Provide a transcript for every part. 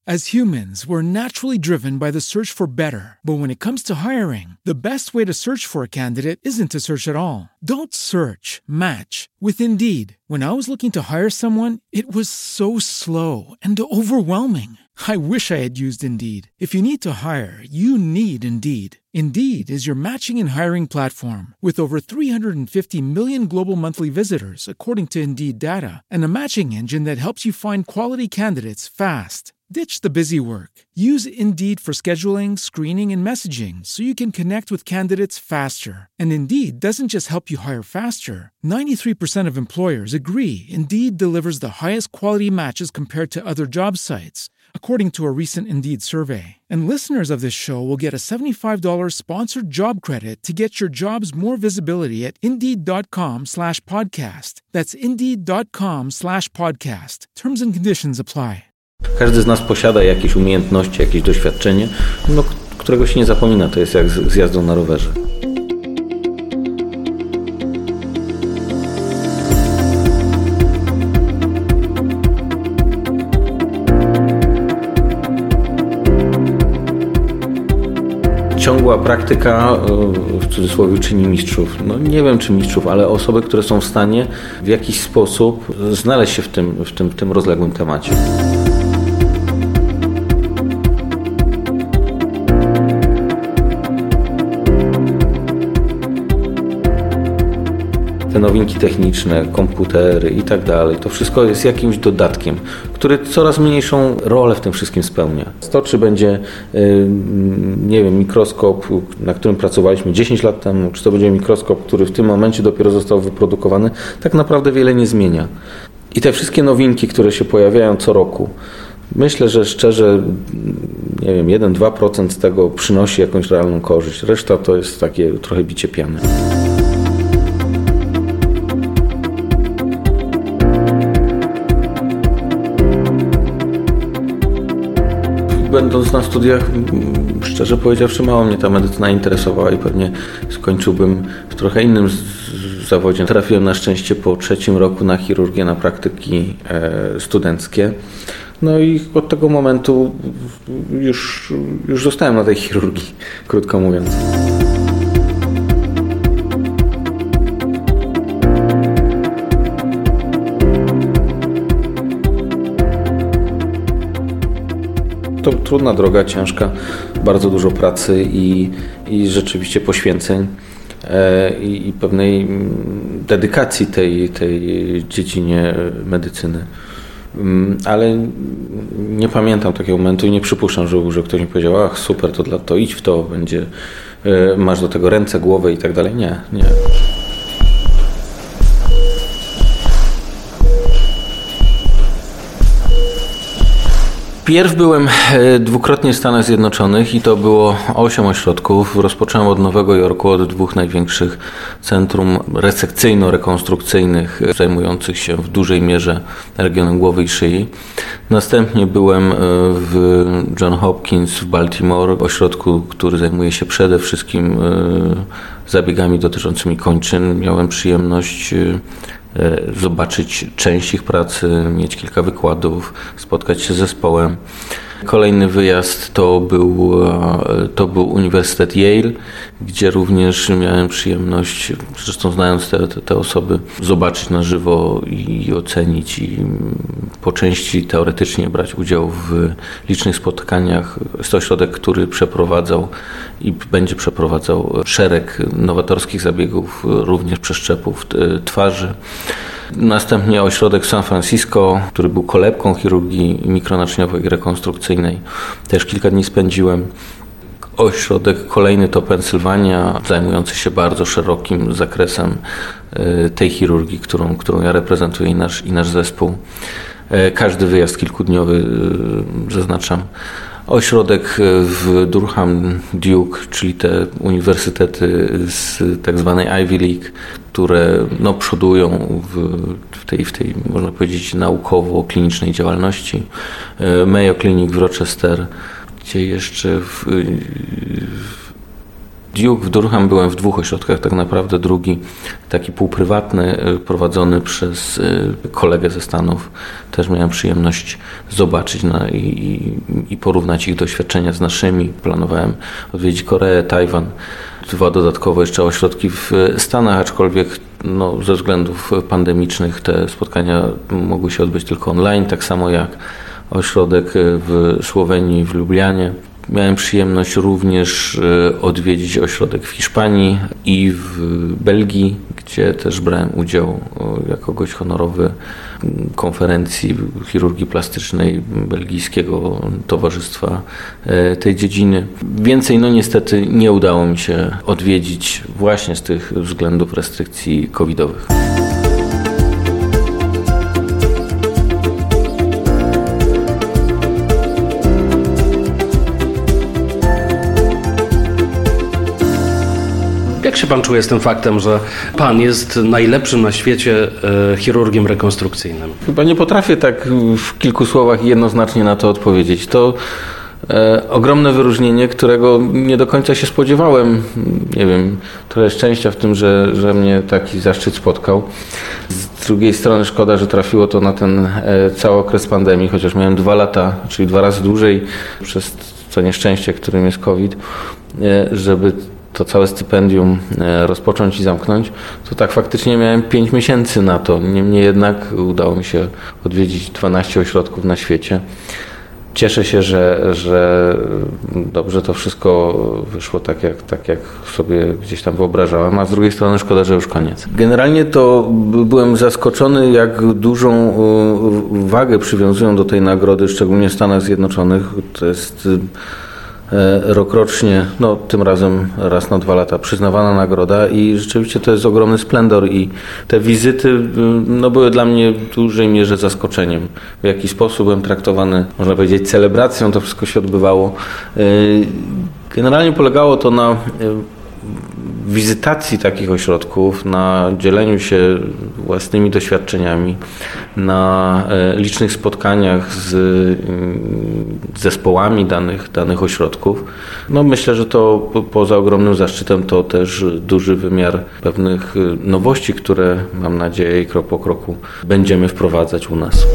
As humans, we're naturally driven by the search for better. But when it comes to hiring, the best way to search for a candidate isn't to search at all. Don't search, match with Indeed. When I was looking to hire someone, it was so slow and overwhelming. I wish I had used Indeed. If you need to hire, you need Indeed. Indeed is your matching and hiring platform with over 350 million global monthly visitors, according to Indeed data, and a matching engine that helps you find quality candidates fast. Ditch the busy work. Use Indeed for scheduling, screening, and messaging so you can connect with candidates faster. And Indeed doesn't just help you hire faster. 93% of employers agree Indeed delivers the highest quality matches compared to other job sites, according to a recent Indeed survey. And listeners of this show will get a $75 sponsored job credit to get your jobs more visibility at Indeed.com/podcast. That's Indeed.com/podcast. Terms and conditions apply. Każdy z nas posiada jakieś umiejętności, jakieś doświadczenie, którego się nie zapomina. To jest jak z jazdą na rowerze. Ciągła praktyka, w cudzysłowie, czyni mistrzów. No nie wiem, czy mistrzów, ale osoby, które są w stanie w jakiś sposób znaleźć się w tym rozległym temacie. Te nowinki techniczne, komputery i tak dalej, to wszystko jest jakimś dodatkiem, który coraz mniejszą rolę w tym wszystkim spełnia. To, czy będzie, nie wiem, mikroskop, na którym pracowaliśmy 10 lat temu, czy to będzie mikroskop, który w tym momencie dopiero został wyprodukowany, tak naprawdę wiele nie zmienia. I te wszystkie nowinki, które się pojawiają co roku, myślę, że szczerze, nie wiem, 1-2% z tego przynosi jakąś realną korzyść. Reszta to jest takie trochę bicie piany. Będąc na studiach, szczerze powiedziawszy, mało mnie ta medycyna interesowała i pewnie skończyłbym w trochę innym zawodzie. Trafiłem na szczęście po 3. roku na chirurgię, na praktyki studenckie. No i od tego momentu już zostałem na tej chirurgii, krótko mówiąc. To trudna droga, ciężka, bardzo dużo pracy i rzeczywiście poświęceń i pewnej dedykacji tej dziedzinie medycyny. Ale nie pamiętam takiego momentu i nie przypuszczam, że ktoś mi powiedział: ach, super, to idź w to, będzie, masz do tego ręce, głowę i tak dalej. Nie. Pierw byłem dwukrotnie w Stanach Zjednoczonych i to było 8 ośrodków. Rozpocząłem od Nowego Jorku, od 2 największych centrum resekcyjno-rekonstrukcyjnych zajmujących się w dużej mierze regionem głowy i szyi. Następnie byłem w Johns Hopkins w Baltimore, ośrodku, który zajmuje się przede wszystkim zabiegami dotyczącymi kończyn. Miałem przyjemność zobaczyć część ich pracy, mieć kilka wykładów, spotkać się z zespołem. Kolejny wyjazd to był Uniwersytet Yale, gdzie również miałem przyjemność, zresztą znając te osoby, zobaczyć na żywo i ocenić i po części teoretycznie brać udział w licznych spotkaniach. Jest to ośrodek, który przeprowadzał i będzie przeprowadzał szereg nowatorskich zabiegów, również przeszczepów twarzy. Następnie ośrodek w San Francisco, który był kolebką chirurgii mikronaczyniowej i rekonstrukcyjnej. Też kilka dni spędziłem. Ośrodek kolejny to Pensylwania, zajmujący się bardzo szerokim zakresem tej chirurgii, którą ja reprezentuję i nasz zespół. Każdy wyjazd kilkudniowy zaznaczam. Ośrodek w Durham, Duke, czyli te uniwersytety z tak zwanej Ivy League, które przodują w tej, można powiedzieć, naukowo-klinicznej działalności. Mayo Clinic w Rochester, gdzie jeszcze Duke, w Durham byłem w 2 ośrodkach, tak naprawdę drugi, taki półprywatny, prowadzony przez kolegę ze Stanów. Też miałem przyjemność zobaczyć i porównać ich doświadczenia z naszymi. Planowałem odwiedzić Koreę, Tajwan, 2 dodatkowo jeszcze ośrodki w Stanach, aczkolwiek ze względów pandemicznych te spotkania mogły się odbyć tylko online, tak samo jak ośrodek w Słowenii, w Lublianie. Miałem przyjemność również odwiedzić ośrodek w Hiszpanii i w Belgii, gdzie też brałem udział jako gość honorowy konferencji chirurgii plastycznej Belgijskiego Towarzystwa tej dziedziny. Więcej niestety nie udało mi się odwiedzić właśnie z tych względów restrykcji covidowych. Jak się pan czuje z tym faktem, że pan jest najlepszym na świecie chirurgiem rekonstrukcyjnym? Chyba nie potrafię tak w kilku słowach jednoznacznie na to odpowiedzieć. To ogromne wyróżnienie, którego nie do końca się spodziewałem. Nie wiem, trochę szczęścia w tym, że mnie taki zaszczyt spotkał. Z drugiej strony szkoda, że trafiło to na ten cały okres pandemii, chociaż miałem 2 lata, czyli 2 razy dłużej przez to nieszczęście, którym jest COVID, żeby to całe stypendium rozpocząć i zamknąć, to tak faktycznie miałem 5 miesięcy na to. Niemniej jednak udało mi się odwiedzić 12 ośrodków na świecie. Cieszę się, że dobrze to wszystko wyszło tak jak sobie gdzieś tam wyobrażałem, a z drugiej strony szkoda, że już koniec. Generalnie to byłem zaskoczony, jak dużą wagę przywiązują do tej nagrody, szczególnie w Stanach Zjednoczonych. To jest rokrocznie, tym razem raz na 2 lata przyznawana nagroda i rzeczywiście to jest ogromny splendor i te wizyty były dla mnie w dużej mierze zaskoczeniem. W jaki sposób byłem traktowany, można powiedzieć, celebracją, to wszystko się odbywało. Generalnie polegało to na wizytacji takich ośrodków, na dzieleniu się własnymi doświadczeniami, na licznych spotkaniach z zespołami danych ośrodków. Myślę, że to poza ogromnym zaszczytem to też duży wymiar pewnych nowości, które mam nadzieję i krok po kroku będziemy wprowadzać u nas.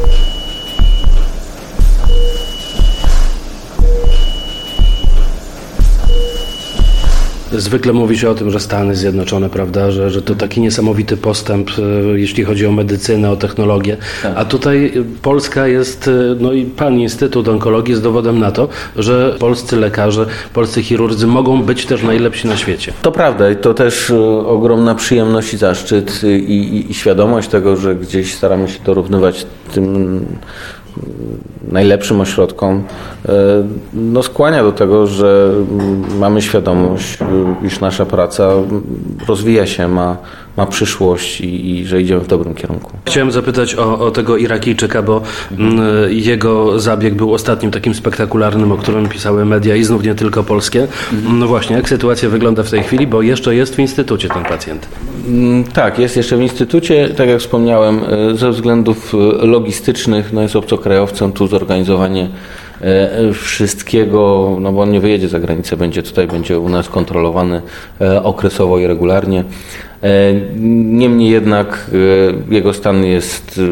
Zwykle mówi się o tym, że Stany Zjednoczone, prawda, że to taki niesamowity postęp, jeśli chodzi o medycynę, o technologię. Tak. A tutaj Polska jest, i pan Instytut Onkologii jest dowodem na to, że polscy lekarze, polscy chirurdzy mogą być też najlepsi na świecie. To prawda i to też ogromna przyjemność i zaszczyt i świadomość tego, że gdzieś staramy się dorównywać tym najlepszym ośrodkom, skłania do tego, że mamy świadomość, iż nasza praca rozwija się, ma przyszłość i że idziemy w dobrym kierunku. Chciałem zapytać o tego Irakijczyka, bo jego zabieg był ostatnim takim spektakularnym, o którym pisały media i znów nie tylko polskie. Właśnie, jak sytuacja wygląda w tej chwili, bo jeszcze jest w instytucie ten pacjent. Tak, jest jeszcze w instytucie. Tak jak wspomniałem, ze względów logistycznych jest obcokrajowcem, tu zorganizowanie wszystkiego, bo on nie wyjedzie za granicę, będzie u nas kontrolowany okresowo i regularnie. Niemniej jednak jego stan jest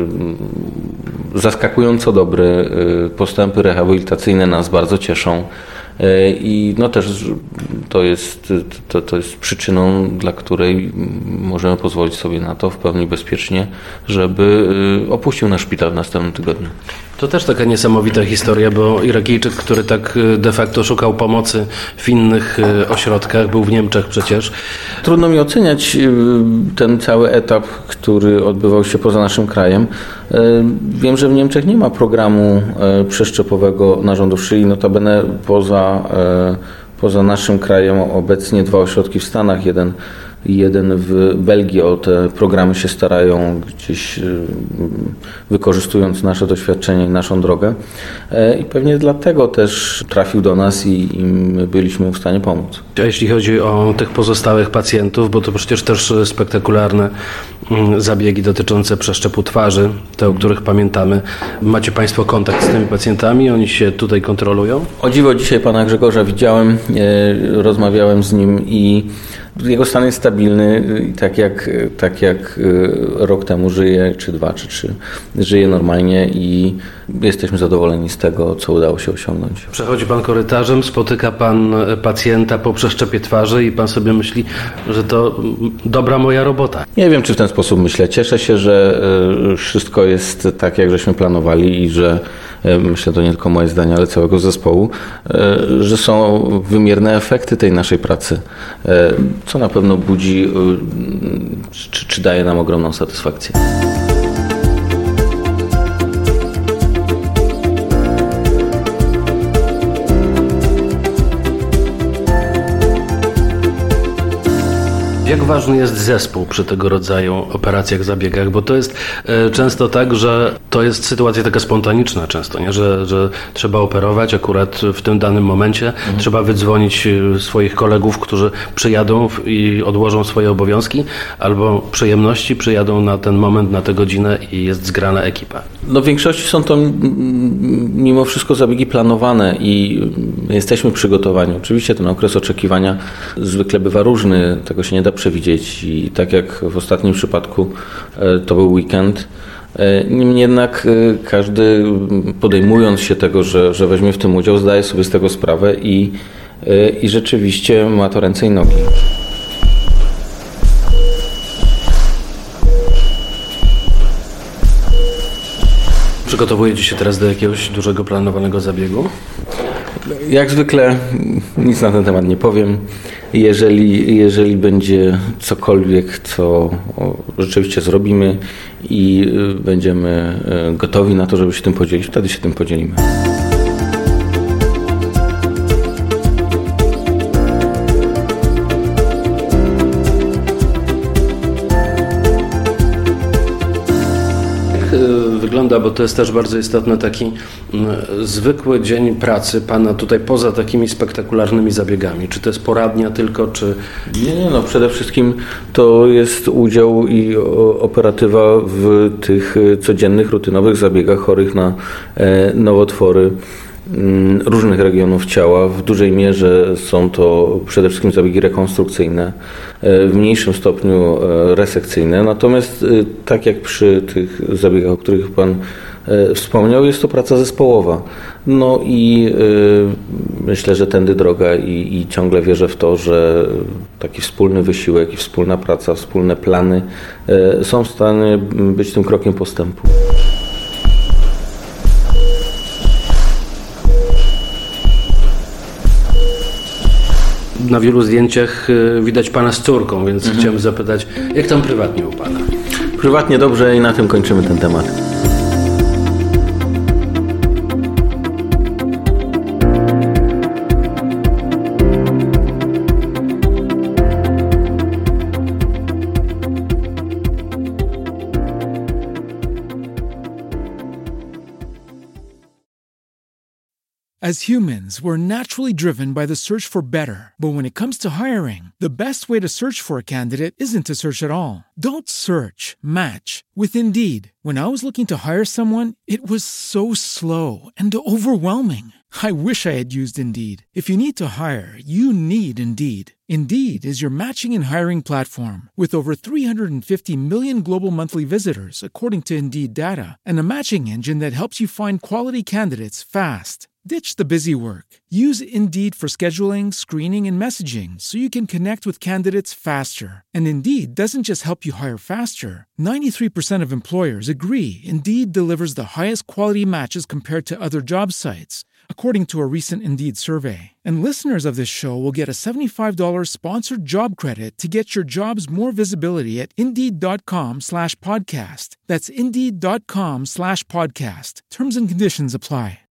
zaskakująco dobry. Postępy rehabilitacyjne nas bardzo cieszą. I też to jest przyczyną, dla której możemy pozwolić sobie na to w pełni bezpiecznie, żeby opuścił nasz szpital w następnym tygodniu. To też taka niesamowita historia, bo Irakijczyk, który tak de facto szukał pomocy w innych ośrodkach, był w Niemczech przecież. Trudno mi oceniać ten cały etap, który odbywał się poza naszym krajem. Wiem, że w Niemczech nie ma programu przeszczepowego narządów szyi, notabene poza naszym krajem obecnie 2 ośrodki w Stanach, jeden w Belgii. O te programy się starają, gdzieś wykorzystując nasze doświadczenie i naszą drogę. I pewnie dlatego też trafił do nas i my byliśmy mu w stanie pomóc. A jeśli chodzi o tych pozostałych pacjentów, bo to przecież też spektakularne zabiegi dotyczące przeszczepu twarzy, te, o których pamiętamy. Macie Państwo kontakt z tymi pacjentami? Oni się tutaj kontrolują? O dziwo, dzisiaj pana Grzegorza widziałem, rozmawiałem z nim i jego stan jest stabilny, tak jak rok temu żyje, czy 2, czy 3, żyje normalnie i jesteśmy zadowoleni z tego, co udało się osiągnąć. Przechodzi pan korytarzem, spotyka pan pacjenta po przeszczepie twarzy i pan sobie myśli, że to dobra moja robota. Nie wiem, czy w ten sposób myślę. Cieszę się, że wszystko jest tak, jak żeśmy planowali i że myślę, to nie tylko moje zdanie, ale całego zespołu, że są wymierne efekty tej naszej pracy, co na pewno budzi, czy daje nam ogromną satysfakcję. Jak ważny jest zespół przy tego rodzaju operacjach, zabiegach? Bo to jest często tak, że to jest sytuacja taka spontaniczna często, nie? Że trzeba operować akurat w tym danym momencie. Trzeba wydzwonić swoich kolegów, którzy przyjadą i odłożą swoje obowiązki, albo przyjemności przyjadą na ten moment, na tę godzinę i jest zgrana ekipa. No w większości są to mimo wszystko zabiegi planowane i jesteśmy przygotowani. Oczywiście ten okres oczekiwania zwykle bywa różny, tego się nie da przewidzieć i tak jak w ostatnim przypadku to był weekend. Niemniej jednak każdy, podejmując się tego, że weźmie w tym udział, zdaje sobie z tego sprawę i rzeczywiście ma to ręce i nogi. Przygotowujecie się teraz do jakiegoś dużego planowanego zabiegu? Jak zwykle nic na ten temat nie powiem. Jeżeli będzie cokolwiek, co rzeczywiście zrobimy i będziemy gotowi na to, żeby się tym podzielić, wtedy się tym podzielimy. Wygląda, bo to jest też bardzo istotny taki zwykły dzień pracy Pana tutaj poza takimi spektakularnymi zabiegami. Czy to jest poradnia tylko, czy... Nie, no przede wszystkim to jest udział i operatywa w tych codziennych, rutynowych zabiegach chorych na nowotwory różnych regionów ciała. W dużej mierze są to przede wszystkim zabiegi rekonstrukcyjne, w mniejszym stopniu resekcyjne. Natomiast tak jak przy tych zabiegach, o których Pan wspomniał, jest to praca zespołowa. No i myślę, że tędy droga i ciągle wierzę w to, że taki wspólny wysiłek i wspólna praca, wspólne plany są w stanie być tym krokiem postępu. Na wielu zdjęciach widać Pana z córką, więc chciałem zapytać, jak tam prywatnie u Pana? Prywatnie dobrze i na tym kończymy ten temat. As humans, we're naturally driven by the search for better. But when it comes to hiring, the best way to search for a candidate isn't to search at all. Don't search, match with Indeed. When I was looking to hire someone, it was so slow and overwhelming. I wish I had used Indeed. If you need to hire, you need Indeed. Indeed is your matching and hiring platform with over 350 million global monthly visitors, according to Indeed data, and a matching engine that helps you find quality candidates fast. Ditch the busy work. Use Indeed for scheduling, screening, and messaging so you can connect with candidates faster. And Indeed doesn't just help you hire faster. 93% of employers agree Indeed delivers the highest quality matches compared to other job sites, according to a recent Indeed survey. And listeners of this show will get a $75 sponsored job credit to get your jobs more visibility at Indeed.com/podcast. That's Indeed.com/podcast. Terms and conditions apply.